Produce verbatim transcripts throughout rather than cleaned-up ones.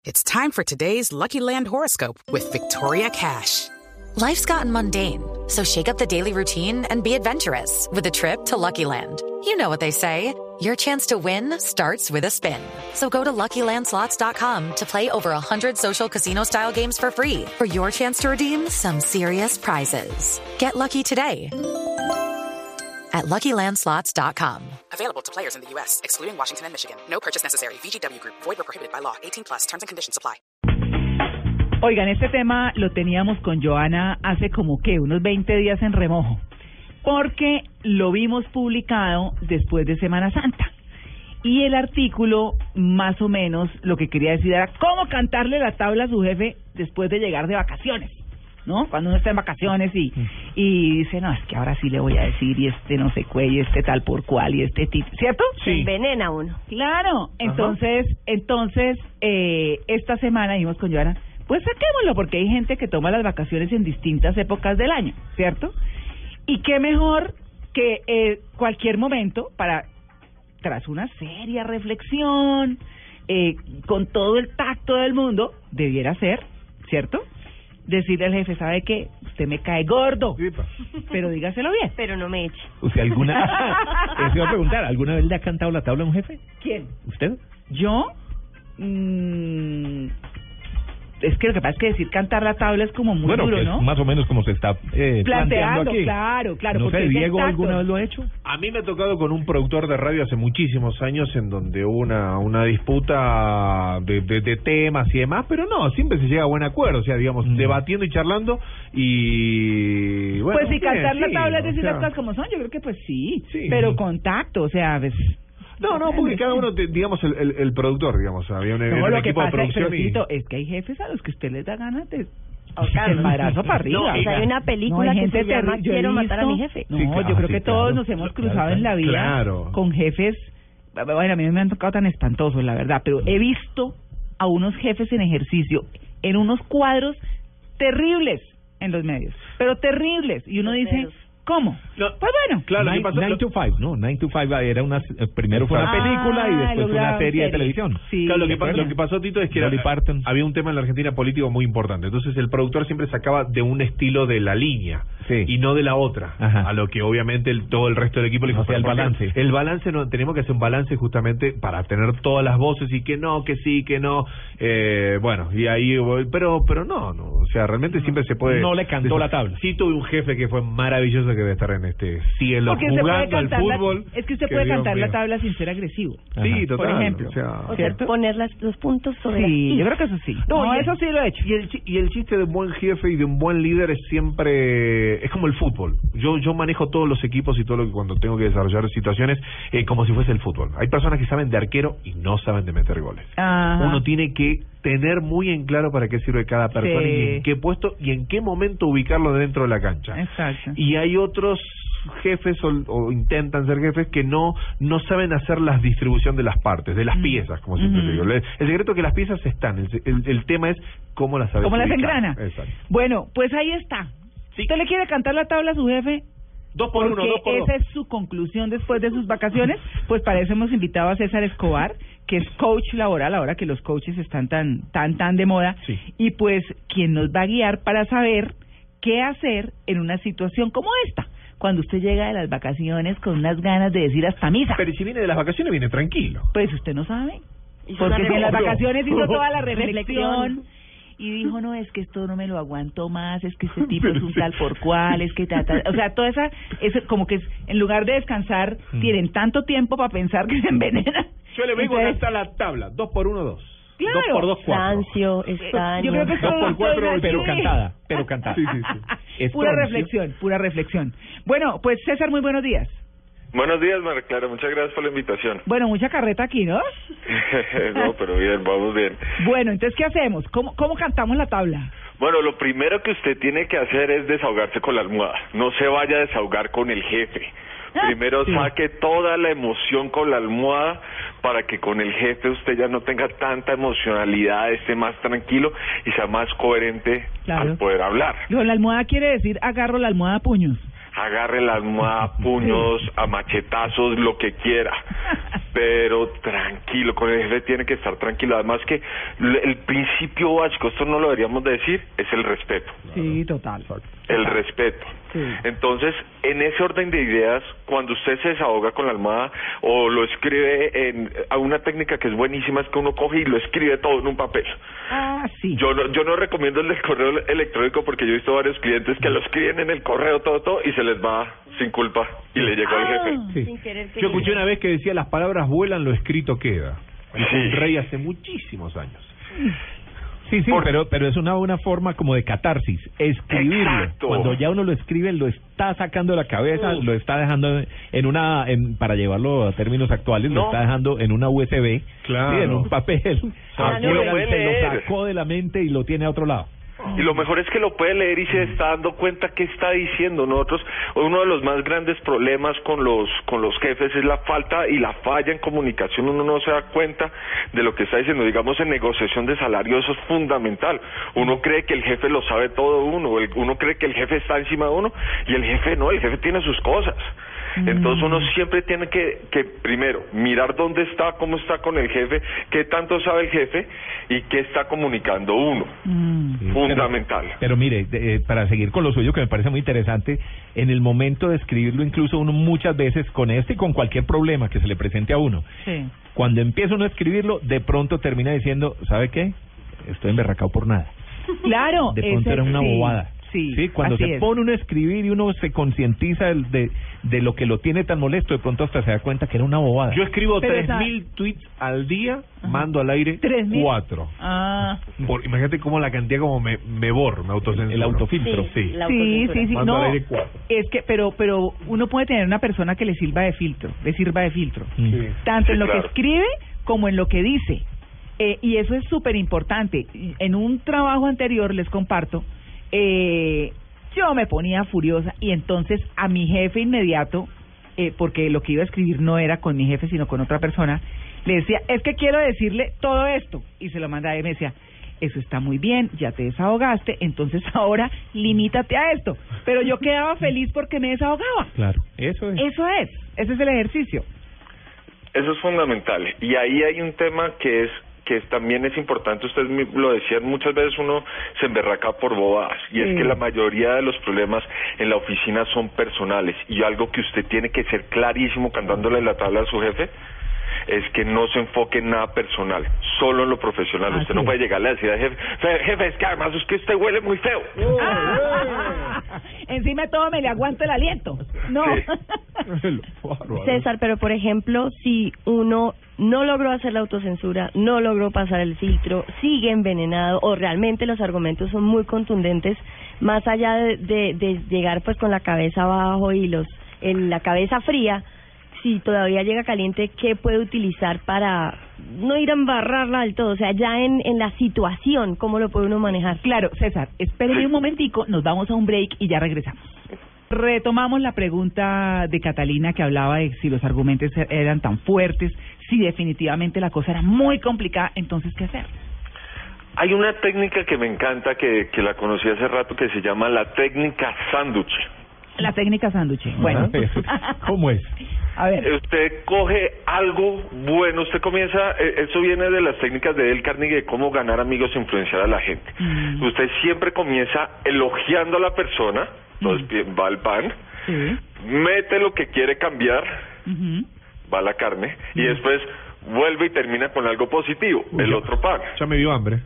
It's time for today's Lucky Land horoscope with Victoria Cash. Life's gotten mundane, so shake up the daily routine and be adventurous with a trip to Lucky Land. You know what they say, your chance to win starts with a spin. So go to Lucky Land Slots dot com to play over one hundred social casino-style games for free for your chance to redeem some serious prizes. Get lucky today at Lucky Land Slots dot com. Available to players in the U S, excluding Washington and Michigan. No purchase necessary. V G W Group. Void or prohibited by law. eighteen plus. Terms and conditions apply. Oigan, este tema lo teníamos con Joana hace como que unos veinte días en remojo, porque lo vimos publicado después de Semana Santa. Y el artículo, más o menos, lo que quería decir era cómo cantarle la tabla a su jefe después de llegar de vacaciones, ¿no? Cuando uno está en vacaciones y, y dice, no, es que ahora sí le voy a decir, y este no sé qué, y este tal por cual, y este tipo, ¿cierto? Sí. Se envenena uno. Claro, entonces, Ajá. entonces, eh, esta semana dijimos con Joana, pues saquémoslo, porque hay gente que toma las vacaciones en distintas épocas del año, ¿cierto? Y qué mejor que eh, cualquier momento para, tras una seria reflexión, eh, con todo el tacto del mundo, debiera ser, ¿cierto? Decirle al jefe, ¿sabe qué? Usted me cae gordo, pero dígaselo bien. Pero no me eche. O sea, alguna... Eso iba a preguntar, ¿alguna vez le ha cantado la tabla a un jefe? ¿Quién? ¿Usted? ¿Yo? Mmm... Es que lo que pasa es que decir cantar la tabla es como muy bueno, duro, que ¿no? es más o menos como se está eh, planteando, planteando aquí. Claro, claro. No sé, ¿Diego exacto. alguna vez lo ha hecho? A mí me ha tocado con un productor de radio hace muchísimos años en donde hubo una, una disputa de, de, de temas y demás, pero no, siempre se llega a buen acuerdo, o sea, digamos, mm. debatiendo y charlando y... Bueno, pues si bien, cantar la sí, tabla es decir o sea, las cosas como son, yo creo que pues sí, sí pero sí. contacto, o sea, pues... No, no, porque cada uno, digamos, el, el, el productor, digamos, había un, no, un lo equipo que pasa, de producción pero, y... Cito, es que hay jefes a los que usted les da ganas de... el madrazo para arriba. No, o sea, hay una película no, hay que gente se llama Quiero Quiero visto, matar a mi jefe. No, sí, claro, yo creo sí, que claro, todos nos hemos claro, cruzado claro, en la vida claro. con jefes, bueno, a mí me han tocado tan espantosos, la verdad, pero he visto a unos jefes en ejercicio en unos cuadros terribles en los medios, pero terribles, y uno los dice... medios. ¿Cómo? No, pues bueno, claro, Nine, pasó, nine to five, ¿no? Nine to five era una... Primero fue una ah, película y después fue una serie, serie de televisión. Sí, claro, lo que, pasó, lo que pasó, Tito, es que era, había un tema en la Argentina político muy importante. Entonces el productor siempre sacaba de un estilo de la línea sí. y no de la otra. Ajá. A lo que obviamente el, todo el resto del equipo le dijo, o sea, el balance. El balance, no, tenemos que hacer un balance justamente para tener todas las voces y que no, que sí, que no. Eh, bueno, y ahí... Pero pero no, no. O sea, realmente no, siempre se puede... No le cantó la tabla. Sí tuve un jefe que fue maravilloso que debe estar en este cielo porque jugando al fútbol. La, es que usted que puede Dios cantar mío. la tabla sin ser agresivo. Sí, total. Por ejemplo. O sea, o sea poner las, los puntos sobre sí, las yo creo que eso sí. No, no y eso el, sí lo he hecho. Y el, y el chiste de un buen jefe y de un buen líder es siempre... Es como el fútbol. Yo yo manejo todos los equipos y todo lo que cuando tengo que desarrollar situaciones eh, como si fuese el fútbol. Hay personas que saben de arquero y no saben de meter goles. Ajá. Uno tiene que tener muy en claro para qué sirve cada persona sí. y en qué puesto y en qué momento ubicarlo dentro de la cancha. Exacto. Y hay otros jefes o, o intentan ser jefes que no no saben hacer la distribución de las partes, de las mm. piezas, como siempre mm. digo. El, el secreto es que las piezas están, el, el, el tema es cómo las sabes ¿Cómo las ubicar. engrana? Exacto. Bueno, pues ahí está. Sí. ¿Usted le quiere cantar la tabla a su jefe? Dos por Porque uno, dos por esa dos. es su conclusión después de sus vacaciones. Pues para eso hemos invitado a César Escobar, que es coach laboral, ahora que los coaches están tan, tan, tan de moda. Sí. Y pues quien nos va a guiar para saber qué hacer en una situación como esta. Cuando usted llega de las vacaciones con unas ganas de decir hasta misa. Pero si viene de las vacaciones, viene tranquilo. Pues usted no sabe. Hizo Porque si en las no. vacaciones hizo toda la reflexión y dijo, no, es que esto no me lo aguanto más, es que este tipo es un tal por cual, es que ta, ta. O sea, toda esa, es como que es, en lugar de descansar, hmm. tienen tanto tiempo para pensar que se envenenan. Yo le vengo a cantar la tabla, dos por uno, dos. Claro. Dos por dos, cuatro. Cancio, estaño. Yo creo que dos por cuatro, pero cantada, pero cantada. Sí, sí, sí. Pura reflexión, pura reflexión. Bueno, pues César, muy buenos días. Buenos días, María Clara, muchas gracias por la invitación. Bueno, mucha carreta aquí, ¿no? No, pero bien, vamos bien. Bueno, entonces, ¿qué hacemos? ¿Cómo, cómo cantamos la tabla? Bueno, lo primero que usted tiene que hacer es desahogarse con la almohada. No se vaya a desahogar con el jefe. Primero sí. saque toda la emoción con la almohada para que con el jefe usted ya no tenga tanta emocionalidad, esté más tranquilo y sea más coherente claro. al poder hablar. Lo, la almohada quiere decir agarro la almohada a puños. Agarre la almohada a puños, a machetazos, lo que quiera. pero tranquilo, con el jefe tiene que estar tranquilo. Además que el principio básico, esto no lo deberíamos decir, es el respeto. Sí, total. El respeto. Sí. Entonces, en ese orden de ideas, cuando usted se desahoga con la almohada o lo escribe en a una técnica que es buenísima, es que uno coge y lo escribe todo en un papel. Ah, sí. Yo no, yo no recomiendo el del correo electrónico porque yo he visto varios clientes que lo escriben en el correo todo, todo y se les va sin culpa y le llegó al jefe. Sí. Sin querer, Yo escuché una vez que decía las palabras vuelan, lo escrito queda. Es Sí. un rey hace muchísimos años. Sí, sí, Por- pero pero es una una forma como de catarsis, escribirlo. Exacto. Cuando ya uno lo escribe, lo está sacando de la cabeza, Uh. lo está dejando en una, en, para llevarlo a términos actuales, lo No. está dejando en una U S B, Claro. sí, en un papel, Ah, afuera, lo puede se lo leer. sacó de la mente y lo tiene a otro lado. Y lo mejor es que lo puede leer y se está dando cuenta qué está diciendo. Nosotros, uno de los más grandes problemas con los con los jefes es la falta y la falla en comunicación. Uno no se da cuenta de lo que está diciendo. Digamos, en negociación de salario eso es fundamental. Uno cree que el jefe lo sabe todo uno, el- uno cree que el jefe está encima de uno y el jefe no, el jefe tiene sus cosas. Entonces uno siempre tiene que, que primero mirar dónde está, cómo está con el jefe, qué tanto sabe el jefe y qué está comunicando uno. Sí, Fundamental. Pero, pero mire, de- eh, para seguir con lo suyo, que me parece muy interesante, en el momento de escribirlo, incluso uno muchas veces con este y con cualquier problema que se le presente a uno, Sí. cuando empieza uno a escribirlo, de pronto termina diciendo, ¿sabe qué? Estoy emberracado por nada. Claro. De pronto ese- era una sí, bobada. Sí, cuando así se es. pone uno a escribir y uno se concientiza del- de, de lo que lo tiene tan molesto, de pronto hasta se da cuenta que era una bobada. Yo escribo Pero tres esa- mil tweets al día, mando al aire ¿Tres mil? cuatro. Ah. Por, imagínate cómo la cantidad como me, me borro, me autocensuro. El autofiltro. Sí. la Sí, autocensura. sí, sí, Mando no, al aire cuatro. es que, pero, pero uno puede tener una persona que le sirva de filtro, le sirva de filtro, Mm. Sí. tanto Sí, en lo claro. que escribe como en lo que dice, eh, y eso es súper importante. En un trabajo anterior, les comparto, eh, yo me ponía furiosa y entonces a mi jefe inmediato, eh, porque lo que iba a escribir no era con mi jefe sino con otra persona, le decía, es que quiero decirle todo esto, y se lo mandaba y me decía, eso está muy bien, ya te desahogaste, entonces ahora limítate a esto. Pero yo quedaba feliz porque me desahogaba. Claro, eso es. Eso es, ese es el ejercicio. Eso es fundamental. Y ahí hay un tema que es que también es importante, ustedes mi- lo decían, muchas veces uno se emberraca por bobadas, y es Sí. que la mayoría de los problemas en la oficina son personales, y algo que usted tiene que ser clarísimo cantándole la tabla a su jefe, es que no se enfoque en nada personal, solo en lo profesional. Así Usted no es. puede llegarle a decir al jefe, "Fe- jefe, es que además es que usted huele muy feo". Encima de todo me le aguanto el aliento. No. César, pero por ejemplo, si uno no logró hacer la autocensura, no logró pasar el filtro, sigue envenenado o realmente los argumentos son muy contundentes, más allá de, de, de llegar pues con la cabeza abajo y los en la cabeza fría, si todavía llega caliente, ¿qué puede utilizar para no ir a embarrarla del todo? O sea, ya en, en la situación, ¿cómo lo puede uno manejar? Claro, César, espéreme un momentico, nos vamos a un break y ya regresamos. Retomamos la pregunta de Catalina que hablaba de si los argumentos eran tan fuertes, si definitivamente la cosa era muy complicada, entonces, ¿qué hacer? Hay una técnica que me encanta, que, que la conocí hace rato, que se llama la técnica sándwich. La técnica sándwich. Bueno, Ajá. ¿Cómo es? a ver. Usted coge algo bueno, usted comienza, eh, eso viene de las técnicas de Dale Carnegie, de cómo ganar amigos e influenciar a la gente. Mm. Usted siempre comienza elogiando a la persona, entonces Mm. va al pan, Sí. mete lo que quiere cambiar, Ujú. va la carne, y Mm. después vuelve y termina con algo positivo, Uy, el ya- otro pan. Ya me dio hambre.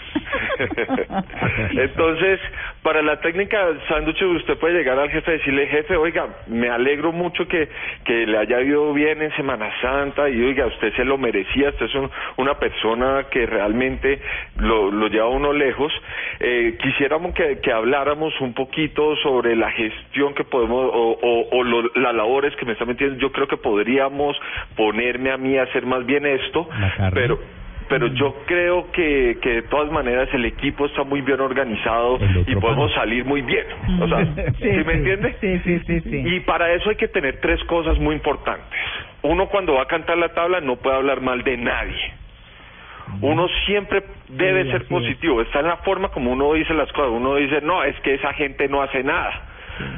Entonces, para la técnica del sándwich, usted puede llegar al jefe y decirle, jefe, oiga, me alegro mucho que, que le haya ido bien en Semana Santa, y oiga, usted se lo merecía, usted es un- una persona que realmente lo, lo lleva a uno lejos. Eh, quisiéramos que, que habláramos un poquito sobre la gestión que podemos, o, o, o lo- las labores que me está metiendo. Yo creo que podríamos ponerme a mí a hacer más bien esto, La carne. pero... Pero yo creo que, que de todas maneras el equipo está muy bien organizado El otro y podemos pan. salir muy bien. O sea, ¿sí, me entiende? Sí, sí, sí, sí. Y para eso hay que tener tres cosas muy importantes. Uno, cuando va a cantar la tabla, no puede hablar mal de nadie. Uno siempre debe Sí, ser así es. positivo. Está en la forma como uno dice las cosas. Uno dice, no, es que esa gente no hace nada.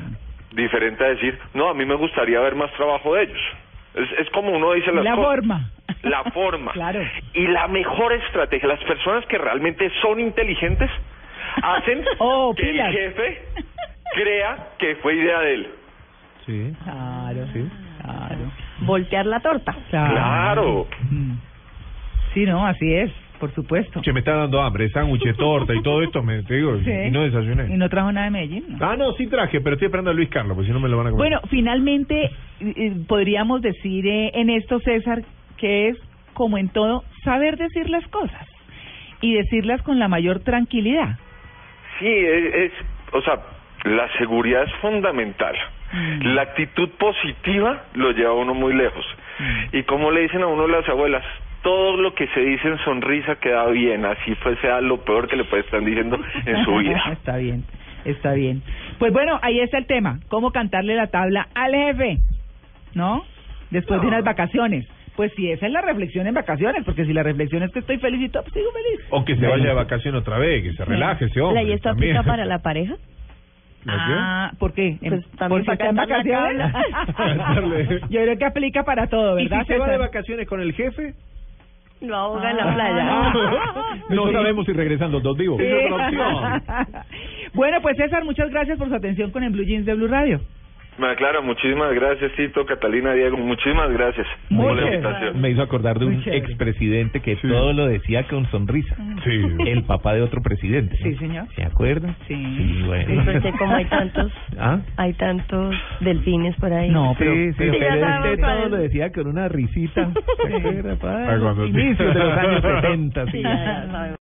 Diferente a decir, no, a mí me gustaría ver más trabajo de ellos. Es, es como uno dice las La cosas. forma. la forma. Claro. Y la mejor estrategia, las personas que realmente son inteligentes, hacen Oh, que pilas. el jefe crea que fue idea de él. Sí. Claro, Sí. claro. Voltear la torta. Claro. Mm. Sí, no, así es, por supuesto. Che, me está dando hambre, sándwich, torta y todo esto, me te digo, Sí. y no desayuné. Y no trajo nada de Medellín, ¿no? Ah, no, sí traje, pero estoy esperando a Luis Carlos, porque si no me lo van a comer. Bueno, finalmente eh, eh, podríamos decir eh, en esto, César, que es, como en todo, saber decir las cosas y decirlas con la mayor tranquilidad. Sí, es, es o sea, la seguridad es fundamental. Mm. La actitud positiva lo lleva a uno muy lejos. Mm. Y como le dicen a uno las abuelas, todo lo que se dice en sonrisa queda bien, así pues sea lo peor que le puede estar diciendo en su vida. Está bien, está bien. Pues bueno, ahí está el tema, cómo cantarle la tabla al jefe, ¿no? Después de unas vacaciones. Pues sí, esa es la reflexión en vacaciones, porque si la reflexión es que estoy feliz y todo, pues sigo feliz. O que se vaya de vacaciones otra vez, que se relaje ese hombre. ¿Y esto también. aplica para la pareja? ¿La qué? Ah, ¿por qué? Pues también ¿Porque para está en cantar la vacaciones? tabla. Yo creo que aplica para todo, ¿Y ¿verdad? si se va de César? vacaciones con el jefe? Lo ahoga en Ah. la playa. No sabemos si regresan los dos vivos. Sí. Esa es otra opción. Bueno, pues César, muchas gracias por su atención con el Blue Jeans de Blue Radio. Me aclaro, muchísimas gracias, Tito, Catalina, Diego, muchísimas gracias Muy por la bien. invitación. Me hizo acordar de Muy un chévere. expresidente que Sí. todo lo decía con sonrisa. Sí. El papá de otro presidente. ¿no? Sí, señor. ¿Se acuerdan? Sí. Sí, bueno. Entonces, como hay tantos, ¿Ah? hay tantos delfines por ahí. No, pero- Sí, sí, pero- Sí, ya pero sabemos este cuál todo es. lo decía con una risita. ¿Se acuerda, pa? Ah, cuando- Inicios de los años setenta. Sí, ya, ya sabemos.